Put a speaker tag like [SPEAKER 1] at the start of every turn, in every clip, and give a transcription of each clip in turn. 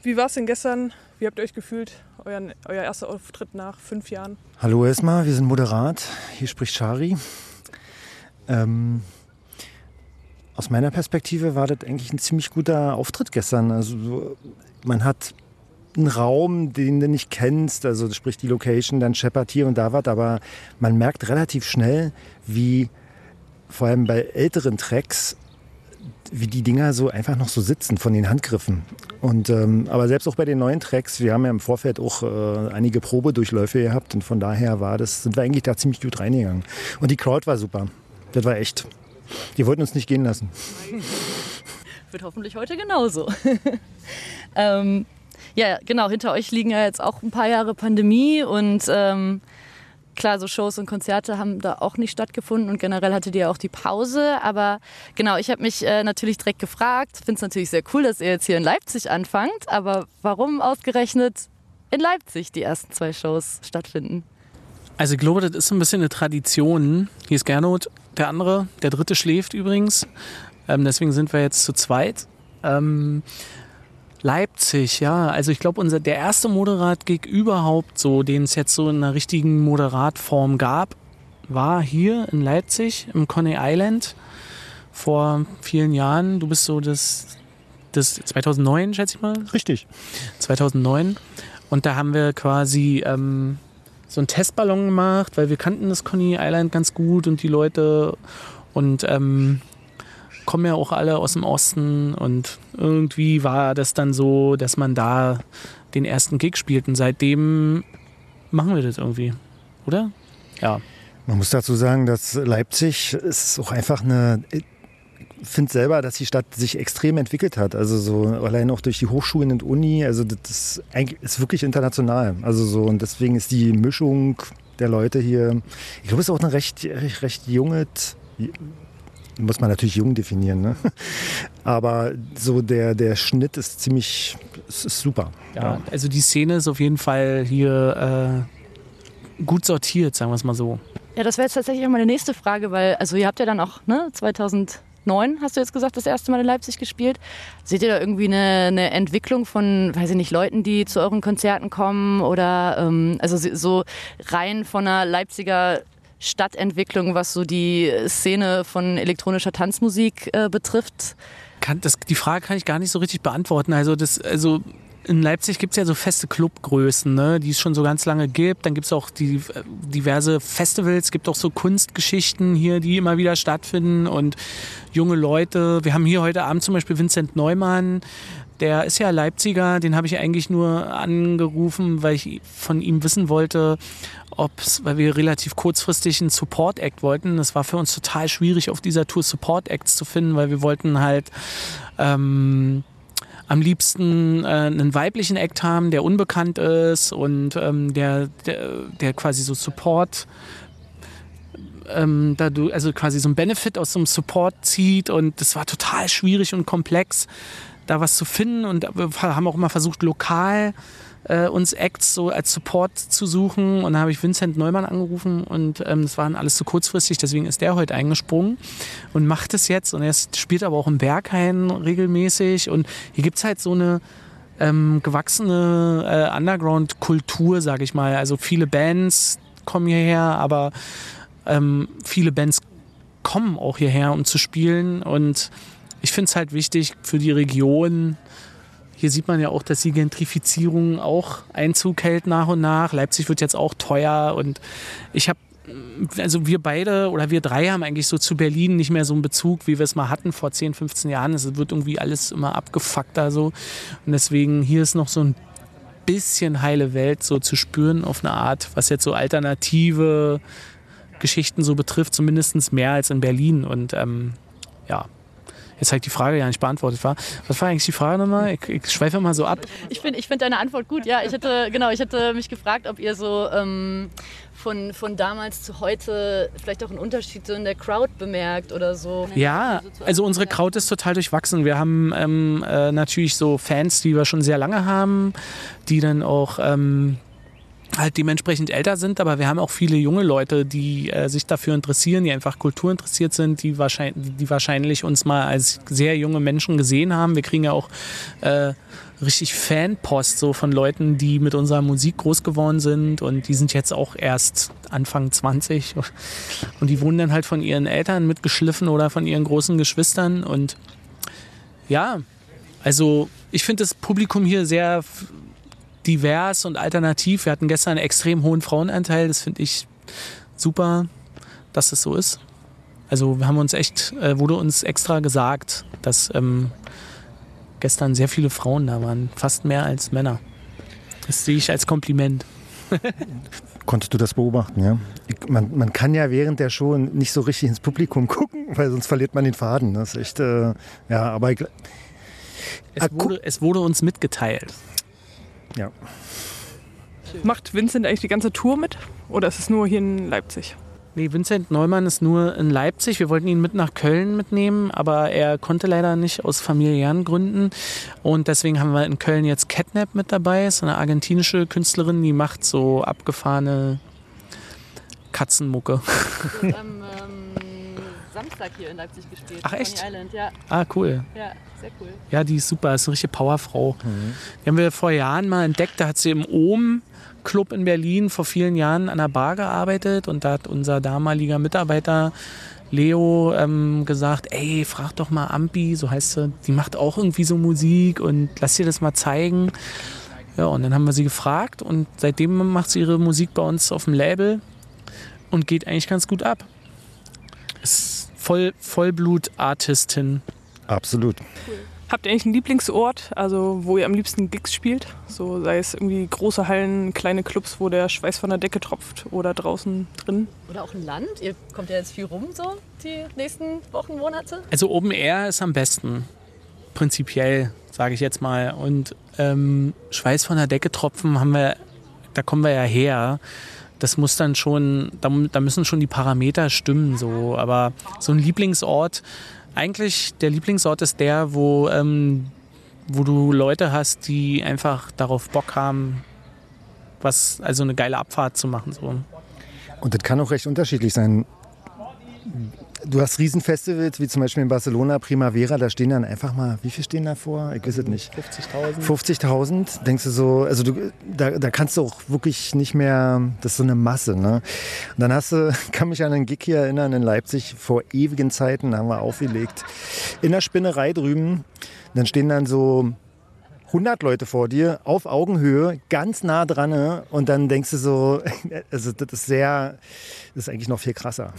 [SPEAKER 1] Wie war es denn gestern? Wie habt ihr euch gefühlt? Euer erster Auftritt nach 5 Jahren?
[SPEAKER 2] Hallo erstmal, wir sind moderat. Hier spricht Shari. Aus meiner Perspektive war das eigentlich ein ziemlich guter Auftritt gestern. Also man hat einen Raum, den du nicht kennst, also sprich die Location, dann scheppert hier und da was, aber man merkt relativ schnell, wie vor allem bei älteren Tracks, wie die Dinger so einfach noch so sitzen von den Handgriffen. Und, aber selbst auch bei den neuen Tracks, wir haben ja im Vorfeld auch einige Probedurchläufe gehabt und von daher sind wir eigentlich da ziemlich gut reingegangen. Und die Crowd war super. Das war echt. Die wollten uns nicht gehen lassen.
[SPEAKER 3] Wird hoffentlich heute genauso. Ja, genau, hinter euch liegen ja jetzt auch ein paar Jahre Pandemie und klar, so Shows und Konzerte haben da auch nicht stattgefunden und generell hattet ihr auch die Pause. Aber genau, ich habe mich natürlich direkt gefragt, finde es natürlich sehr cool, dass ihr jetzt hier in Leipzig anfangt, aber warum ausgerechnet in Leipzig die ersten 2 Shows stattfinden?
[SPEAKER 4] Also ich glaube, das ist so ein bisschen eine Tradition. Hier ist Gernot, der andere, der dritte schläft übrigens. Deswegen sind wir jetzt zu zweit. Leipzig, ja. Also ich glaube, der erste Moderat-Gig überhaupt, so, den es jetzt so in einer richtigen Moderatform gab, war hier in Leipzig im Coney Island vor vielen Jahren. Du bist so das 2009, schätze ich mal?
[SPEAKER 2] Richtig.
[SPEAKER 4] 2009. Und da haben wir quasi so einen Testballon gemacht, weil wir kannten das Coney Island ganz gut und die Leute und kommen ja auch alle aus dem Osten und irgendwie war das dann so, dass man da den ersten Gig spielt und seitdem machen wir das irgendwie, oder? Ja.
[SPEAKER 2] Man muss dazu sagen, dass Leipzig ist auch einfach ich finde selber, dass die Stadt sich extrem entwickelt hat. Also so allein auch durch die Hochschulen und Uni, also das ist wirklich international. Also so und deswegen ist die Mischung der Leute hier, ich glaube, es ist auch eine recht junge, muss man natürlich jung definieren, ne? Aber so der Schnitt ist ist super.
[SPEAKER 4] Ja, also die Szene ist auf jeden Fall hier gut sortiert, sagen wir es mal so.
[SPEAKER 3] Ja, das wäre jetzt tatsächlich auch meine nächste Frage, weil also ihr habt ja dann auch 2009, hast du jetzt gesagt, das erste Mal in Leipzig gespielt. Seht ihr da irgendwie eine Entwicklung von, weiß ich nicht, Leuten, die zu euren Konzerten kommen oder also so rein von einer Leipziger Stadtentwicklung, was so die Szene von elektronischer Tanzmusik betrifft?
[SPEAKER 4] Die Frage kann ich gar nicht so richtig beantworten. Also in Leipzig gibt es ja so feste Clubgrößen, ne, die es schon so ganz lange gibt. Dann gibt es auch diverse Festivals, gibt auch so Kunstgeschichten hier, die immer wieder stattfinden und junge Leute. Wir haben hier heute Abend zum Beispiel Vincent Neumann, der ist ja Leipziger, den habe ich eigentlich nur angerufen, weil ich von ihm wissen wollte, weil wir relativ kurzfristig einen Support-Act wollten. Das war für uns total schwierig, auf dieser Tour Support-Acts zu finden, weil wir wollten halt am liebsten einen weiblichen Act haben, der unbekannt ist und der quasi so Support, also quasi so ein Benefit aus so einem Support zieht und das war total schwierig und komplex, da was zu finden und wir haben auch immer versucht, lokal uns Acts so als Support zu suchen und dann habe ich Vincent Neumann angerufen und das war dann alles zu kurzfristig, deswegen ist der heute eingesprungen und macht es jetzt und er spielt aber auch im Berghain regelmäßig und hier gibt es halt so eine gewachsene Underground-Kultur, sage ich mal, also viele Bands kommen hierher, aber viele Bands kommen auch hierher, um zu spielen und ich finde es halt wichtig für die Region. Hier sieht man ja auch, dass die Gentrifizierung auch Einzug hält nach und nach. Leipzig wird jetzt auch teuer und wir beide oder wir drei haben eigentlich so zu Berlin nicht mehr so einen Bezug, wie wir es mal hatten vor 10, 15 Jahren. Es wird irgendwie alles immer abgefuckter so und deswegen hier ist noch so ein bisschen heile Welt so zu spüren auf eine Art, was jetzt so alternative Geschichten so betrifft, zumindest mehr als in Berlin und ja. Jetzt halt die Frage ja nicht beantwortet war. Was war eigentlich die Frage nochmal? Ich schweife mal so ab.
[SPEAKER 3] Ich find deine Antwort gut. Ja, ich hätte mich gefragt, ob ihr so von damals zu heute vielleicht auch einen Unterschied so in der Crowd bemerkt oder so.
[SPEAKER 4] Ja, also unsere Crowd ist total durchwachsen. Wir haben natürlich so Fans, die wir schon sehr lange haben, die dann auch halt dementsprechend älter sind, aber wir haben auch viele junge Leute, die sich dafür interessieren, die einfach kulturinteressiert sind, die wahrscheinlich uns mal als sehr junge Menschen gesehen haben. Wir kriegen ja auch richtig Fanpost so von Leuten, die mit unserer Musik groß geworden sind und die sind jetzt auch erst Anfang 20 und die wurden dann halt von ihren Eltern mitgeschliffen oder von ihren großen Geschwistern und ja, also ich finde das Publikum hier sehr divers und alternativ. Wir hatten gestern einen extrem hohen Frauenanteil. Das finde ich super, dass es so ist. Also wir haben uns wurde uns extra gesagt, dass gestern sehr viele Frauen da waren. Fast mehr als Männer. Das sehe ich als Kompliment.
[SPEAKER 2] Konntest du das beobachten, ja? Man kann ja während der Show nicht so richtig ins Publikum gucken, weil sonst verliert man den Faden. Das ist echt, aber
[SPEAKER 4] es wurde uns mitgeteilt.
[SPEAKER 2] Ja.
[SPEAKER 1] Macht Vincent eigentlich die ganze Tour mit oder ist es nur hier in Leipzig?
[SPEAKER 4] Nee, Vincent Neumann ist nur in Leipzig. Wir wollten ihn mit nach Köln mitnehmen, aber er konnte leider nicht aus familiären Gründen. Und deswegen haben wir in Köln jetzt Catnap mit dabei. Das ist eine argentinische Künstlerin, die macht so abgefahrene Katzenmucke.
[SPEAKER 3] Das am Samstag hier in Leipzig gespielt.
[SPEAKER 4] Ach echt?
[SPEAKER 3] Coney Island, ja.
[SPEAKER 4] Ah, cool.
[SPEAKER 3] Ja, sehr cool.
[SPEAKER 4] Ja, die ist super. Das ist eine richtige Powerfrau. Die haben wir vor Jahren mal entdeckt. Da hat sie im Ohm Club in Berlin vor vielen Jahren an der Bar gearbeitet und da hat unser damaliger Mitarbeiter Leo gesagt, ey, frag doch mal Ampi, so heißt sie, die macht auch irgendwie so Musik und lass dir das mal zeigen. Ja, und dann haben wir sie gefragt und seitdem macht sie ihre Musik bei uns auf dem Label und geht eigentlich ganz gut ab. Ist Vollblut-Artistin.
[SPEAKER 2] Absolut.
[SPEAKER 1] Cool. Habt ihr eigentlich einen Lieblingsort, also wo ihr am liebsten Gigs spielt? So sei es irgendwie große Hallen, kleine Clubs, wo der Schweiß von der Decke tropft oder draußen drin?
[SPEAKER 3] Oder auch ein Land? Ihr kommt ja jetzt viel rum, so die nächsten Wochen, Monate.
[SPEAKER 4] Also Open Air ist am besten, prinzipiell, sage ich jetzt mal. Und Schweiß von der Decke tropfen da kommen wir ja her. Das muss dann schon, da müssen schon die Parameter stimmen, so. Aber so ein Lieblingsort, eigentlich der Lieblingsort ist der, wo du Leute hast, die einfach darauf Bock haben, also eine geile Abfahrt zu machen. So.
[SPEAKER 2] Und das kann auch recht unterschiedlich sein. Du hast Riesenfestivals, wie zum Beispiel in Barcelona, Primavera, da stehen dann einfach mal, wie viel stehen da vor? Ich weiß es nicht.
[SPEAKER 4] 50.000.
[SPEAKER 2] 50.000, denkst du so, also da kannst du auch wirklich nicht mehr, das ist so eine Masse, ne? Und dann kann mich an einen Gig hier erinnern in Leipzig, vor ewigen Zeiten, da haben wir aufgelegt, in der Spinnerei drüben, dann stehen dann so 100 Leute vor dir, auf Augenhöhe, ganz nah dran, ne? Und dann denkst du so, also das ist eigentlich noch viel krasser.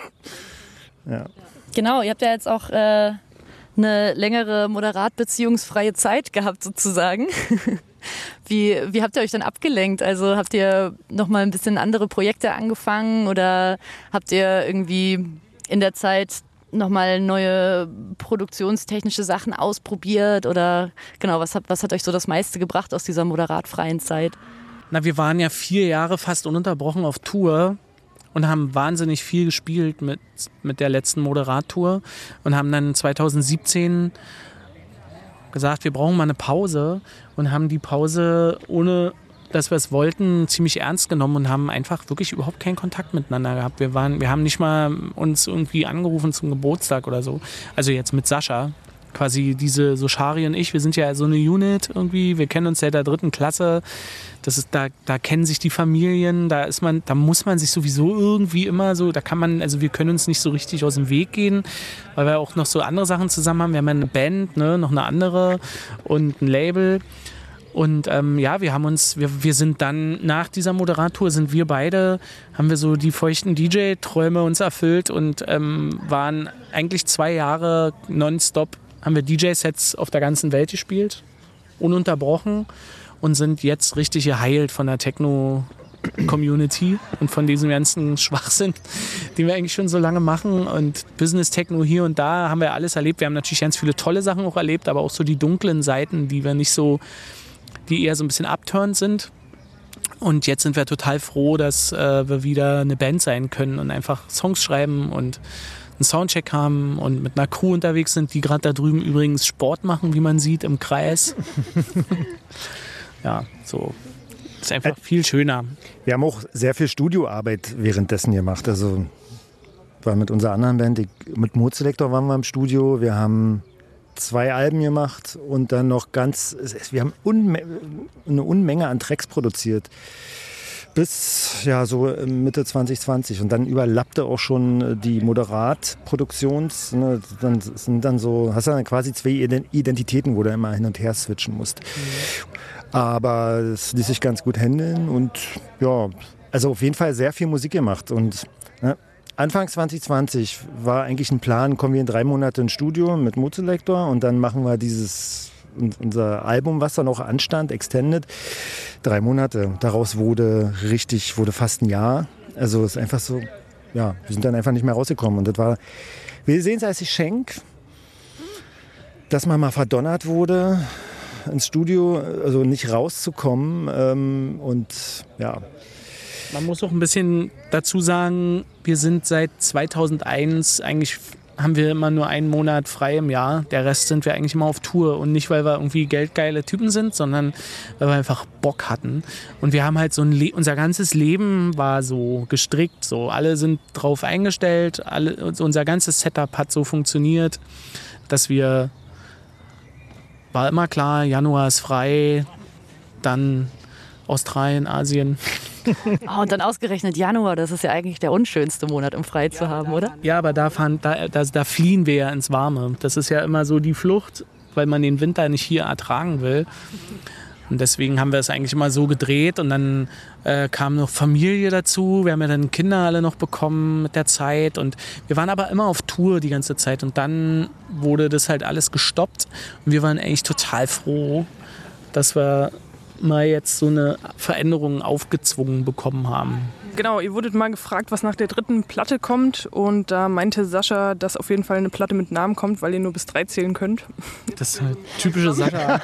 [SPEAKER 2] Ja.
[SPEAKER 3] Genau, ihr habt ja jetzt auch eine längere moderat-beziehungsfreie Zeit gehabt sozusagen. Wie habt ihr euch dann abgelenkt? Also habt ihr nochmal ein bisschen andere Projekte angefangen oder habt ihr irgendwie in der Zeit nochmal neue produktionstechnische Sachen ausprobiert? Oder genau, was hat euch so das meiste gebracht aus dieser moderat-freien Zeit?
[SPEAKER 4] Na, wir waren ja 4 Jahre fast ununterbrochen auf Tour. Und haben wahnsinnig viel gespielt mit der letzten Moderat-Tour und haben dann 2017 gesagt, wir brauchen mal eine Pause und haben die Pause, ohne dass wir es wollten, ziemlich ernst genommen und haben einfach wirklich überhaupt keinen Kontakt miteinander gehabt. Wir haben nicht mal uns irgendwie angerufen zum Geburtstag oder so. Also jetzt mit Sascha. Quasi so Shari und ich, wir sind ja so eine Unit irgendwie, wir kennen uns seit der 3. Klasse, da kennen sich die Familien, da muss man sich sowieso irgendwie immer so, also wir können uns nicht so richtig aus dem Weg gehen, weil wir auch noch so andere Sachen zusammen haben, wir haben ja eine Band, ne, noch eine andere und ein Label und wir sind dann nach dieser Moderatur haben wir so die feuchten DJ-Träume uns erfüllt und waren eigentlich 2 Jahre nonstop, haben wir DJ-Sets auf der ganzen Welt gespielt, ununterbrochen und sind jetzt richtig geheilt von der Techno-Community und von diesem ganzen Schwachsinn, den wir eigentlich schon so lange machen und Business-Techno hier und da haben wir alles erlebt. Wir haben natürlich ganz viele tolle Sachen auch erlebt, aber auch so die dunklen Seiten, die eher so ein bisschen abturnt sind. Und jetzt sind wir total froh, dass wir wieder eine Band sein können und einfach Songs schreiben und einen Soundcheck haben und mit einer Crew unterwegs sind, die gerade da drüben übrigens Sport machen, wie man sieht, im Kreis. Ja, so. Ist einfach viel schöner.
[SPEAKER 2] Wir haben auch sehr viel Studioarbeit währenddessen gemacht. Also war mit unserer anderen Band, mit Mode Selector waren wir im Studio. Wir haben 2 Alben gemacht und dann noch wir haben eine Unmenge an Tracks produziert. Bis ja so Mitte 2020 und dann überlappte auch schon die Moderat-Produktions, ne, dann sind dann so, hast du dann quasi 2 Identitäten, wo du immer hin und her switchen musst. Aber es ließ sich ganz gut handeln und ja, also auf jeden Fall sehr viel Musik gemacht und ne, Anfang 2020 war eigentlich ein Plan, kommen wir in 3 Monate ins Studio mit Mode Selector und dann machen wir unser Album, was dann auch anstand, Extended, 3 Monate. Daraus wurde fast ein Jahr. Also es ist einfach so, ja, wir sind dann einfach nicht mehr rausgekommen. Und das war, wir sehen es als Geschenk, dass man mal verdonnert wurde, ins Studio, also nicht rauszukommen. Und ja.
[SPEAKER 4] Man muss auch ein bisschen dazu sagen, wir sind seit 2001 eigentlich, haben wir immer nur 1 Monat frei im Jahr. Der Rest sind wir eigentlich immer auf Tour. Und nicht, weil wir irgendwie geldgeile Typen sind, sondern weil wir einfach Bock hatten. Und wir haben halt so unser ganzes Leben war so gestrickt. So. Alle sind drauf eingestellt. Unser ganzes Setup hat so funktioniert, dass war immer klar, Januar ist frei, dann Australien, Asien.
[SPEAKER 3] Oh, und dann ausgerechnet Januar, das ist ja eigentlich der unschönste Monat, um frei zu haben, oder?
[SPEAKER 4] Ja, aber da fliehen wir ja ins Warme. Das ist ja immer so die Flucht, weil man den Winter nicht hier ertragen will. Und deswegen haben wir es eigentlich immer so gedreht und dann kam noch Familie dazu. Wir haben ja dann Kinder alle noch bekommen mit der Zeit und wir waren aber immer auf Tour die ganze Zeit und dann wurde das halt alles gestoppt und wir waren eigentlich total froh, dass wir mal jetzt so eine Veränderung aufgezwungen bekommen haben.
[SPEAKER 1] Genau, ihr wurdet mal gefragt, was nach der 3. Platte kommt und da meinte Sascha, dass auf jeden Fall eine Platte mit Namen kommt, weil ihr nur bis 3 zählen könnt.
[SPEAKER 4] Das ist eine typische Sascha.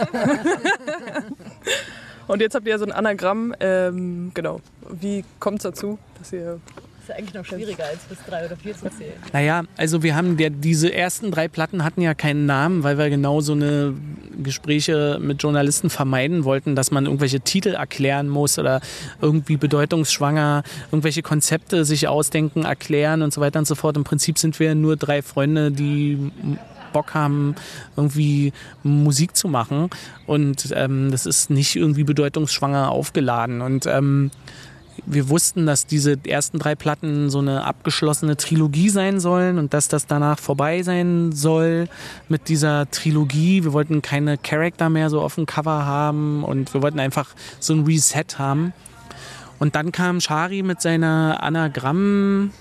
[SPEAKER 1] Und jetzt habt ihr ja so ein Anagramm. Genau, wie kommt es dazu, dass ihr...
[SPEAKER 3] Das ist ja eigentlich noch schwieriger, als bis 3 oder 4 zu zählen.
[SPEAKER 4] Naja, also wir haben diese ersten 3 Platten hatten ja keinen Namen, weil wir genau so eine Gespräche mit Journalisten vermeiden wollten, dass man irgendwelche Titel erklären muss oder irgendwie bedeutungsschwanger irgendwelche Konzepte sich ausdenken, erklären und so weiter und so fort. Im Prinzip sind wir nur 3 Freunde, die Bock haben, irgendwie Musik zu machen und das ist nicht irgendwie bedeutungsschwanger aufgeladen und wir wussten, dass diese ersten 3 Platten so eine abgeschlossene Trilogie sein sollen und dass das danach vorbei sein soll mit dieser Trilogie. Wir wollten keine Charakter mehr so auf dem Cover haben und wir wollten einfach so ein Reset haben. Und dann kam Shari mit seiner Anagrammsucht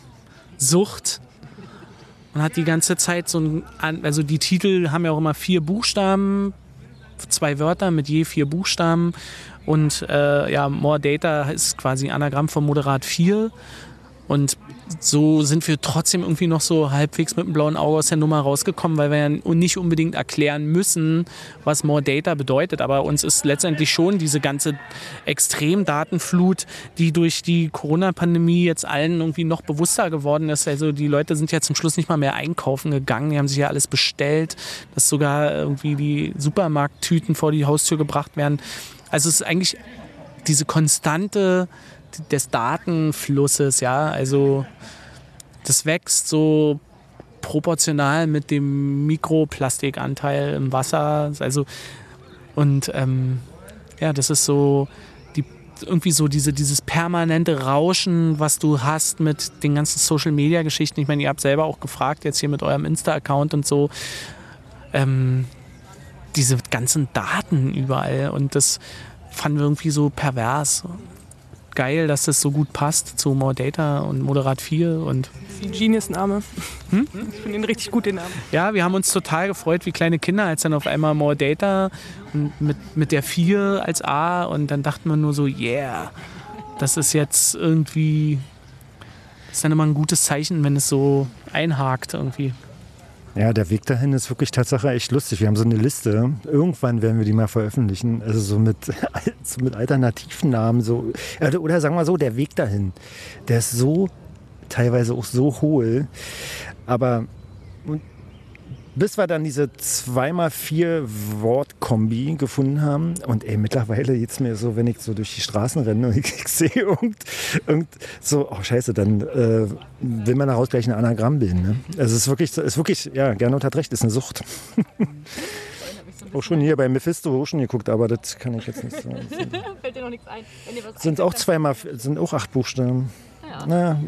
[SPEAKER 4] und hat die ganze Zeit also die Titel haben ja auch immer 4 Buchstaben, 2 Wörter mit je 4 Buchstaben. Und More Data ist quasi Anagramm von Moderat 4. Und so sind wir trotzdem irgendwie noch so halbwegs mit dem blauen Auge aus der Nummer rausgekommen, weil wir ja nicht unbedingt erklären müssen, was More Data bedeutet. Aber uns ist letztendlich schon diese ganze Extremdatenflut, die durch die Corona-Pandemie jetzt allen irgendwie noch bewusster geworden ist. Also die Leute sind ja zum Schluss nicht mal mehr einkaufen gegangen. Die haben sich ja alles bestellt, dass sogar irgendwie die Supermarkttüten vor die Haustür gebracht werden. Also es ist eigentlich diese Konstante des Datenflusses, ja, also das wächst so proportional mit dem Mikroplastikanteil im Wasser, also und das ist so irgendwie so dieses permanente Rauschen, was du hast mit den ganzen Social-Media-Geschichten. Ich meine, ihr habt selber auch gefragt jetzt hier mit eurem Insta-Account und so, diese ganzen Daten überall und das fanden wir irgendwie so pervers. Geil, dass das so gut passt zu More Data und Moderat 4 und
[SPEAKER 1] Das ist ein Genius-Name. Ich finde ihn richtig gut, den Namen.
[SPEAKER 4] ja, wir haben uns total gefreut wie kleine Kinder, als dann auf einmal More Data und mit der 4 als A und dann dachten wir nur so, yeah, das ist jetzt irgendwie, das ist dann immer ein gutes Zeichen, wenn es so einhakt irgendwie.
[SPEAKER 2] Ja, der Weg dahin ist wirklich Tatsache echt lustig. Wir haben so eine Liste. Irgendwann werden wir die mal veröffentlichen. Also so mit alternativen Namen. So. Oder sagen wir so, der Weg dahin. Der ist so, teilweise auch so hohl. Aber Bis wir dann diese 2x4 Wortkombi gefunden haben. Und mittlerweile geht es mir so, wenn ich so durch die Straßen renne und ich sehe so, oh scheiße, dann will man daraus gleich ein Anagramm bilden. Ne? Also es ist wirklich, ja, Gernot hat recht, ist eine Sucht. Auch schon hier bei Mephisto auch schon geguckt, aber das kann ich jetzt nicht sagen.
[SPEAKER 3] Fällt dir noch nichts ein?
[SPEAKER 2] Sind auch sind auch 8 Buchstaben.
[SPEAKER 3] Ja.
[SPEAKER 2] Naja.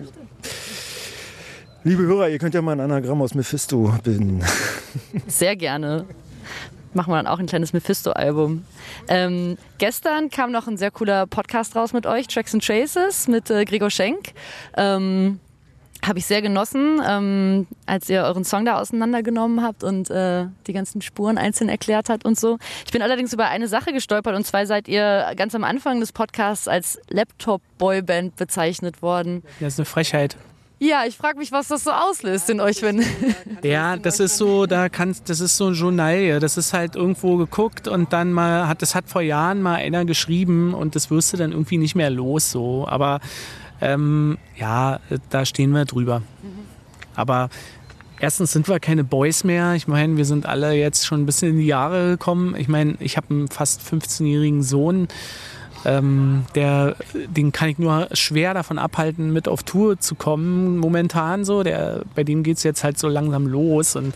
[SPEAKER 2] Liebe Hörer, ihr könnt ja mal ein Anagramm aus Mephisto bilden.
[SPEAKER 3] Sehr gerne. Machen wir dann auch ein kleines Mephisto-Album. Gestern kam noch ein sehr cooler Podcast raus mit euch, Tracks and Traces, mit Gregor Schenk. Habe ich sehr genossen, als ihr euren Song da auseinandergenommen habt und die ganzen Spuren einzeln erklärt habt und so. Ich bin allerdings über eine Sache gestolpert, und zwar seid ihr ganz am Anfang des Podcasts als Laptop-Boyband bezeichnet worden.
[SPEAKER 4] Das ist eine Frechheit.
[SPEAKER 3] Ja, ich frage mich, was das so auslöst in euch, wenn...
[SPEAKER 4] Ja, das ist so, das ist so ein Journal. Das ist halt irgendwo geguckt und dann das hat vor Jahren mal einer geschrieben und das wirst du dann irgendwie nicht mehr los so. Aber ja, da stehen wir drüber. Aber erstens sind wir keine Boys mehr. Ich meine, wir sind alle jetzt schon ein bisschen in die Jahre gekommen. Ich meine, ich habe einen fast 15-jährigen Sohn. Den kann ich nur schwer davon abhalten, mit auf Tour zu kommen momentan so. Bei dem geht es jetzt halt so langsam los. Und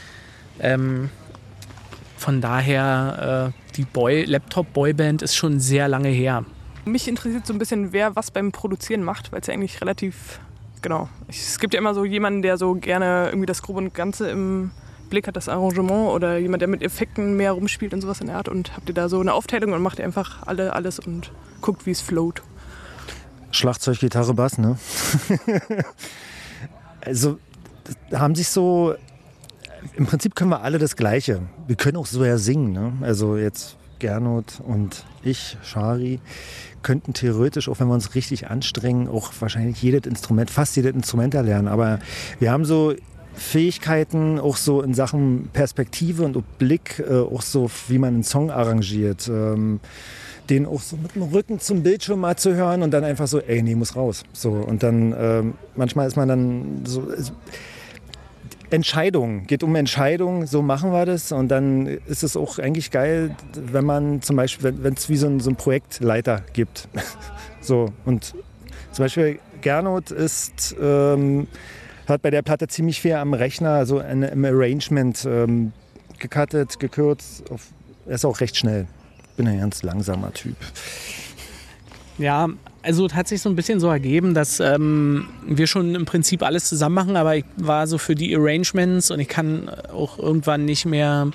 [SPEAKER 4] von daher, die Laptop-Boyband ist schon sehr lange her.
[SPEAKER 1] Mich interessiert so ein bisschen, wer was beim Produzieren macht, weil es ja eigentlich relativ, genau. Es gibt ja immer so jemanden, der so gerne irgendwie das Grobe und Ganze im Blick hat, das Arrangement, oder jemand, der mit Effekten mehr rumspielt und sowas in der Art. Und habt ihr da so eine Aufteilung und macht ihr einfach alles und guckt, wie es float?
[SPEAKER 2] Schlagzeug, Gitarre, Bass, ne? Also haben sich so, im Prinzip können wir alle das Gleiche. Wir können auch so ja singen, ne? Also jetzt Gernot und ich, Shari, könnten theoretisch, auch wenn wir uns richtig anstrengen, auch wahrscheinlich fast jedes Instrument erlernen. Aber wir haben so Fähigkeiten, auch so in Sachen Perspektive und Blick, auch so, wie man einen Song arrangiert. Den auch so mit dem Rücken zum Bildschirm mal zu hören und dann einfach so, nee, muss raus. So, und dann, manchmal ist man dann so... Geht um Entscheidungen, so machen wir das, und dann ist es auch eigentlich geil, wenn man zum Beispiel, wenn es wie so ein Projektleiter gibt. So, und zum Beispiel Gernot hat bei der Platte ziemlich viel am Rechner, so im Arrangement gecuttet, gekürzt. Er ist auch recht schnell. Ich bin ein ganz langsamer Typ.
[SPEAKER 4] Ja, also es hat sich so ein bisschen so ergeben, dass wir schon im Prinzip alles zusammen machen, aber ich war so für die Arrangements und ich kann auch irgendwann nicht mehr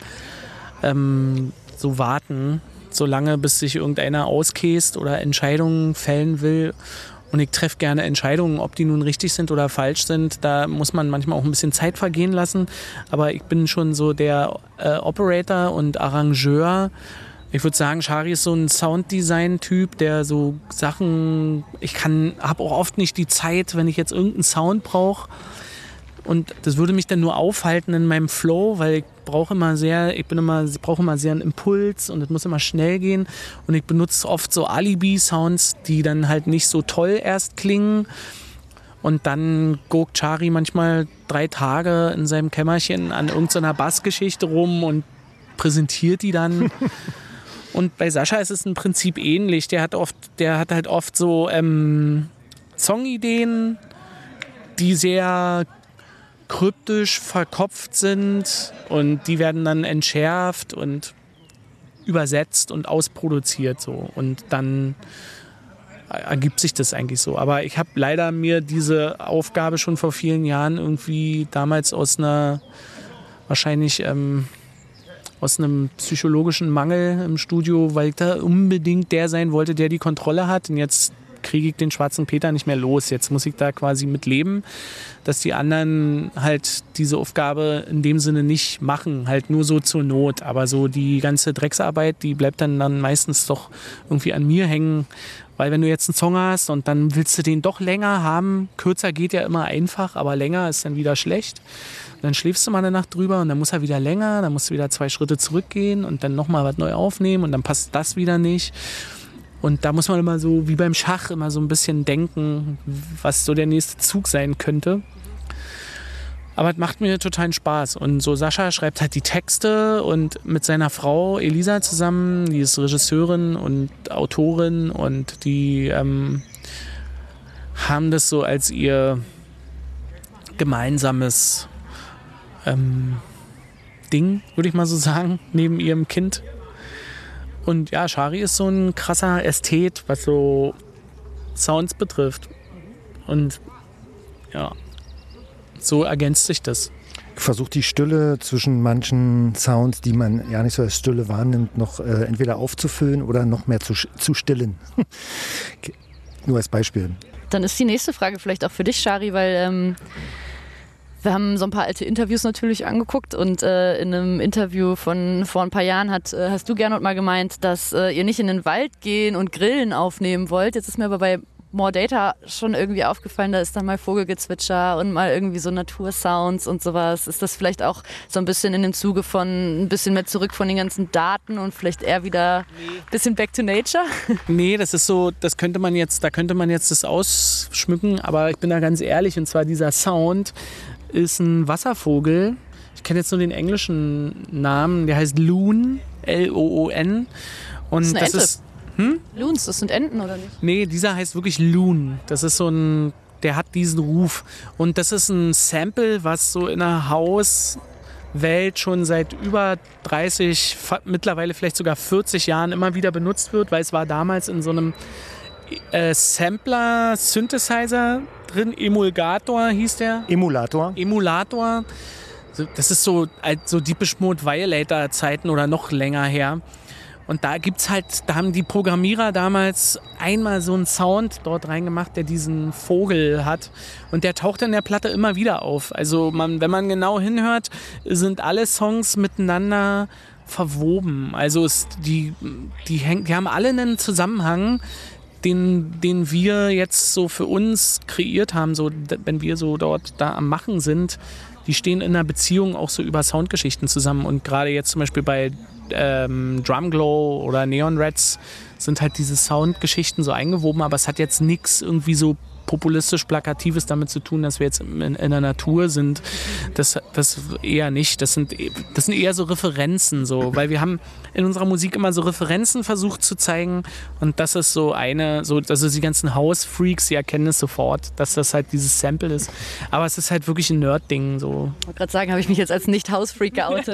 [SPEAKER 4] so warten, so lange, bis sich irgendeiner auskäst oder Entscheidungen fällen will. Und ich treffe gerne Entscheidungen, ob die nun richtig sind oder falsch sind. Da muss man manchmal auch ein bisschen Zeit vergehen lassen. Aber ich bin schon so der Operator und Arrangeur. Ich würde sagen, Shari ist so ein Sounddesign-Typ, der so Sachen... habe auch oft nicht die Zeit, wenn ich jetzt irgendeinen Sound brauche. Und das würde mich dann nur aufhalten in meinem Flow, weil ich brauche immer sehr einen Impuls und es muss immer schnell gehen. Und ich benutze oft so Alibi-Sounds, die dann halt nicht so toll erst klingen. Und dann guckt Shari manchmal 3 Tage in seinem Kämmerchen an irgendeiner Bassgeschichte rum und präsentiert die dann. Und bei Sascha ist es im Prinzip ähnlich. Der hat halt oft so Songideen, die sehr kryptisch verkopft sind, und die werden dann entschärft und übersetzt und ausproduziert so, und dann ergibt sich das eigentlich so. Aber ich habe leider mir diese Aufgabe schon vor vielen Jahren irgendwie damals aus einem psychologischen Mangel im Studio, weil ich da unbedingt der sein wollte, der die Kontrolle hat, und jetzt kriege ich den schwarzen Peter nicht mehr los. Jetzt muss ich da quasi mit leben, dass die anderen halt diese Aufgabe in dem Sinne nicht machen, halt nur so zur Not. Aber so die ganze Drecksarbeit, die bleibt dann meistens doch irgendwie an mir hängen. Weil wenn du jetzt einen Song hast und dann willst du den doch länger haben, kürzer geht ja immer einfach, aber länger ist dann wieder schlecht. Und dann schläfst du mal eine Nacht drüber und dann muss er wieder länger, dann musst du wieder 2 Schritte zurückgehen und dann nochmal was neu aufnehmen und dann passt das wieder nicht. Und da muss man immer so, wie beim Schach, immer so ein bisschen denken, was so der nächste Zug sein könnte. Aber es macht mir totalen Spaß. Und so Sascha schreibt halt die Texte und mit seiner Frau Elisa zusammen, die ist Regisseurin und Autorin und die haben das so als ihr gemeinsames Ding, würde ich mal so sagen, neben ihrem Kind. Und ja, Shari ist so ein krasser Ästhet, was so Sounds betrifft. Und ja, so ergänzt sich das.
[SPEAKER 2] Versucht die Stille zwischen manchen Sounds, die man ja nicht so als Stille wahrnimmt, noch entweder aufzufüllen oder noch mehr zu stillen. Nur als Beispiel.
[SPEAKER 3] Dann ist die nächste Frage vielleicht auch für dich, Shari, weil wir haben so ein paar alte Interviews natürlich angeguckt und in einem Interview von vor ein paar Jahren hast du, Gernot, mal gemeint, dass ihr nicht in den Wald gehen und Grillen aufnehmen wollt. Jetzt ist mir aber bei More Data schon irgendwie aufgefallen, da ist dann mal Vogelgezwitscher und mal irgendwie so Natursounds und sowas. Ist das vielleicht auch so ein bisschen in dem Zuge von ein bisschen mehr zurück von den ganzen Daten und vielleicht eher wieder ein bisschen back to nature?
[SPEAKER 4] Nee, das ist so, da könnte man jetzt das ausschmücken, aber ich bin da ganz ehrlich, und zwar dieser Sound ist ein Wasservogel. Ich kenne jetzt nur den englischen Namen, der heißt Loon, L-O-O-N. Und
[SPEAKER 3] das ist Loons, das sind Enten, oder nicht?
[SPEAKER 4] Nee, dieser heißt wirklich Loon. Das ist so ein, der hat diesen Ruf. Und das ist ein Sample, was so in der Hauswelt schon seit über 30, mittlerweile vielleicht sogar 40 Jahren immer wieder benutzt wird, weil es war damals in so einem Sampler-Synthesizer drin, Emulgator hieß der. Emulator. Das ist so Depeche Mode Violator-Zeiten oder noch länger her. Und da haben die Programmierer damals einmal so einen Sound dort reingemacht, der diesen Vogel hat. Und der taucht in der Platte immer wieder auf. Also wenn man genau hinhört, sind alle Songs miteinander verwoben. Also die haben alle einen Zusammenhang, den wir jetzt so für uns kreiert haben, so wenn wir so da am Machen sind. Die stehen in einer Beziehung auch so über Soundgeschichten zusammen. Und gerade jetzt zum Beispiel bei Drumglow oder Neon Rats sind halt diese Soundgeschichten so eingewoben, aber es hat jetzt nichts irgendwie so populistisch Plakatives damit zu tun, dass wir jetzt in der Natur sind. Das eher nicht. Das sind eher so Referenzen, so, weil wir haben in unserer Musik immer so Referenzen versucht zu zeigen und das ist so also die ganzen House-Freaks, die erkennen es sofort, dass das halt dieses Sample ist. Aber es ist halt wirklich ein Nerd-Ding. So.
[SPEAKER 3] Ich wollte gerade sagen, habe ich mich jetzt als Nicht-House-Freak geoutet.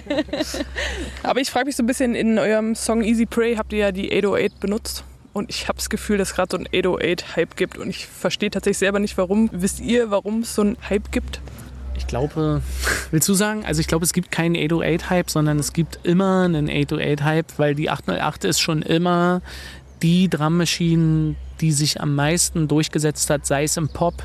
[SPEAKER 1] Aber ich frage mich so ein bisschen, in eurem Song Easy Prey habt ihr ja die 808 benutzt. Und ich habe das Gefühl, dass es gerade so einen 808-Hype gibt. Und ich verstehe tatsächlich selber nicht, warum. Wisst ihr, warum es so einen Hype gibt?
[SPEAKER 4] Ich glaube, willst du sagen? Also ich glaube, es gibt keinen 808-Hype, sondern es gibt immer einen 808-Hype, weil die 808 ist schon immer die Drum Machine, die sich am meisten durchgesetzt hat, sei es im Pop.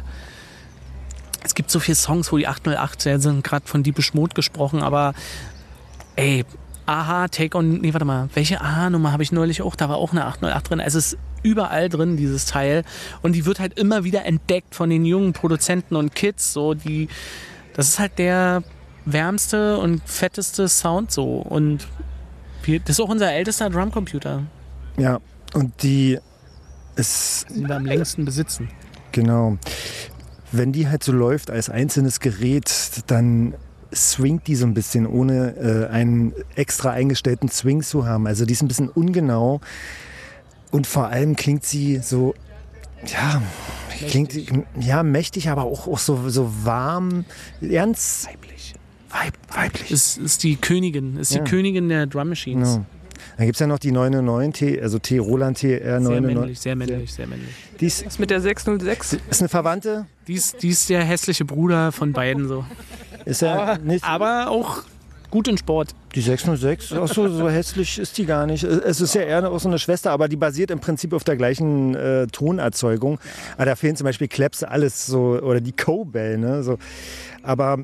[SPEAKER 4] Es gibt so viele Songs, wo die 808 sind, gerade von Depeche Mode gesprochen, aber ey, Aha, Take On, nee, warte mal, welche Aha-Nummer habe ich neulich auch? Da war auch eine 808 drin. Also es ist überall drin, dieses Teil. Und die wird halt immer wieder entdeckt von den jungen Produzenten und Kids. So, das ist halt der wärmste und fetteste Sound so. Und das ist auch unser ältester Drumcomputer.
[SPEAKER 2] Ja, und die
[SPEAKER 4] sind wir am längsten besitzen.
[SPEAKER 2] Genau. Wenn die halt so läuft als einzelnes Gerät, dann swingt die so ein bisschen, ohne einen extra eingestellten Swing zu haben. Also die ist ein bisschen ungenau und vor allem klingt sie so, ja, mächtig, aber auch so warm, ernst. Weiblich.
[SPEAKER 4] Ist die Königin, die Königin der Drum Machines.
[SPEAKER 2] Genau. Dann gibt es ja noch die 909 also Roland TR 909.
[SPEAKER 4] Sehr männlich.
[SPEAKER 1] Was mit der 606?
[SPEAKER 2] Ist eine Verwandte?
[SPEAKER 4] Die ist der hässliche Bruder von beiden so.
[SPEAKER 2] Ist ja
[SPEAKER 4] aber auch gut in Sport.
[SPEAKER 2] Die 606, auch so hässlich ist die gar nicht. Es ist ja eher auch so eine Schwester, aber die basiert im Prinzip auf der gleichen Tonerzeugung. Aber da fehlen zum Beispiel Claps, alles so, oder die Cowbell, ne? So. Aber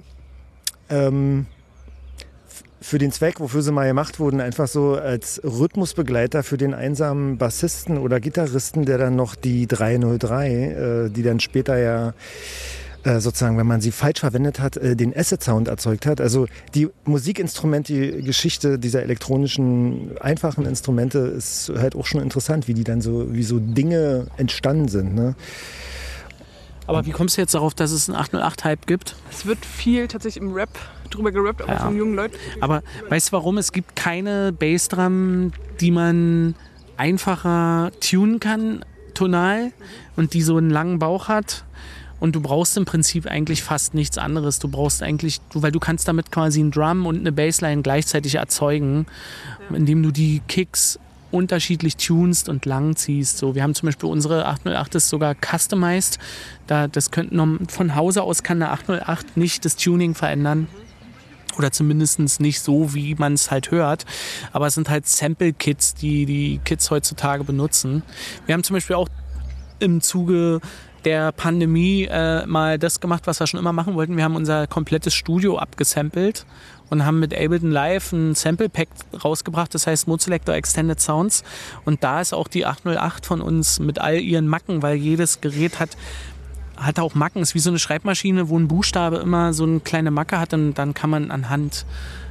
[SPEAKER 2] für den Zweck, wofür sie mal gemacht wurden, einfach so als Rhythmusbegleiter für den einsamen Bassisten oder Gitarristen, der dann noch die 303, die dann später ja sozusagen, wenn man sie falsch verwendet hat, den Acid-Sound erzeugt hat. Also die Musikinstrumente, die Geschichte dieser elektronischen, einfachen Instrumente ist halt auch schon interessant, wie so Dinge entstanden sind. Ne?
[SPEAKER 4] Aber wie kommst du jetzt darauf, dass es einen 808-Hype gibt?
[SPEAKER 1] Es wird viel tatsächlich im Rap drüber gerappt, auch von jungen Leuten.
[SPEAKER 4] Aber weißt du warum? Es gibt keine Bassdrum, die man einfacher tunen kann, tonal, und die so einen langen Bauch hat. Und du brauchst im Prinzip eigentlich fast nichts anderes. Du brauchst eigentlich, weil du kannst damit quasi einen Drum und eine Bassline gleichzeitig erzeugen, indem du die Kicks unterschiedlich tunst und lang ziehst. So, wir haben zum Beispiel unsere 808 ist sogar customized. Von Hause aus kann eine 808 nicht das Tuning verändern. Oder zumindest nicht so, wie man es halt hört. Aber es sind halt Sample-Kits, die die Kids heutzutage benutzen. Wir haben zum Beispiel auch im Zuge der Pandemie mal das gemacht, was wir schon immer machen wollten. Wir haben unser komplettes Studio abgesampelt und haben mit Ableton Live ein Sample-Pack rausgebracht, das heißt Mode Selector Extended Sounds. Und da ist auch die 808 von uns mit all ihren Macken, weil jedes Gerät hat auch Macken. Es ist wie so eine Schreibmaschine, wo ein Buchstabe immer so eine kleine Macke hat, und dann kann man anhand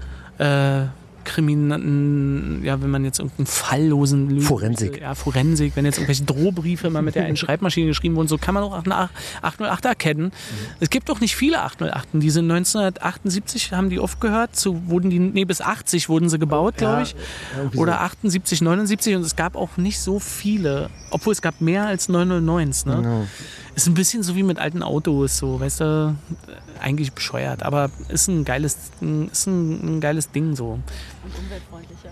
[SPEAKER 4] wenn man jetzt irgendeinen falllosen
[SPEAKER 2] Forensik.
[SPEAKER 4] Forensik, wenn jetzt irgendwelche Drohbriefe mal mit der einen Schreibmaschine geschrieben wurden, so kann man auch eine 808 erkennen. Es gibt doch nicht viele 808. Die sind 1978, haben die aufgehört, bis 80 wurden sie gebaut, glaube ich. Oder 78, 79, und es gab auch nicht so viele, obwohl es gab mehr als 909s. Ne? Genau. Ist ein bisschen so wie mit alten Autos, so, weißt du, eigentlich bescheuert, aber ist ein geiles Ding so. Und
[SPEAKER 3] umweltfreundlicher.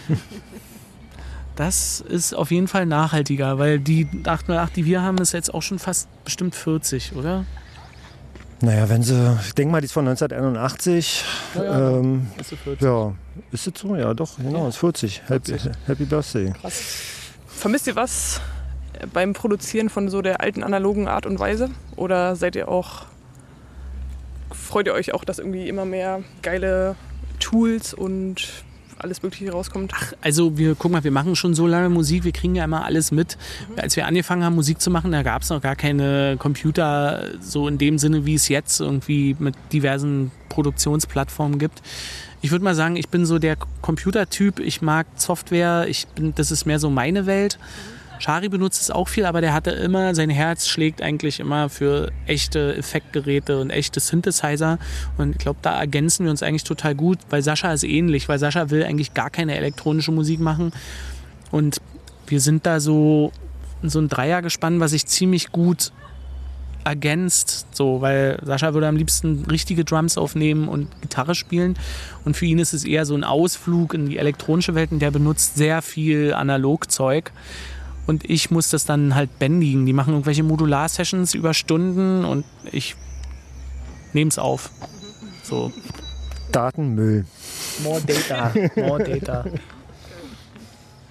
[SPEAKER 4] Das ist auf jeden Fall nachhaltiger, weil die 808, die wir haben, ist jetzt auch schon fast bestimmt 40, oder?
[SPEAKER 2] Naja, ich denke mal, die ist von 1981.
[SPEAKER 4] Ja, ist sie 40.
[SPEAKER 2] Ja, ist es so? Ja, doch, genau, ist 40. Happy Birthday.
[SPEAKER 1] Krass. Vermisst ihr was beim Produzieren von so der alten analogen Art und Weise? Oder freut ihr euch auch, dass irgendwie immer mehr geile Tools und alles Mögliche rauskommt?
[SPEAKER 4] Also wir machen schon so lange Musik, wir kriegen ja immer alles mit. Als wir angefangen haben, Musik zu machen, da gab es noch gar keine Computer, so in dem Sinne, wie es jetzt irgendwie mit diversen Produktionsplattformen gibt. Ich würde mal sagen, ich bin so der Computertyp, ich mag Software, das ist mehr so meine Welt. Shari benutzt es auch viel, aber der hatte immer, sein Herz schlägt eigentlich immer für echte Effektgeräte und echte Synthesizer. Und ich glaube, da ergänzen wir uns eigentlich total gut, weil Sascha ist ähnlich, weil Sascha will eigentlich gar keine elektronische Musik machen. Und wir sind da so ein Dreiergespann, was sich ziemlich gut ergänzt, so, weil Sascha würde am liebsten richtige Drums aufnehmen und Gitarre spielen, und für ihn ist es eher so ein Ausflug in die elektronische Welt, und der benutzt sehr viel Analogzeug. Und ich muss das dann halt bändigen. Die machen irgendwelche Modular-Sessions über Stunden und ich nehme es auf. So.
[SPEAKER 2] Datenmüll.
[SPEAKER 4] More data.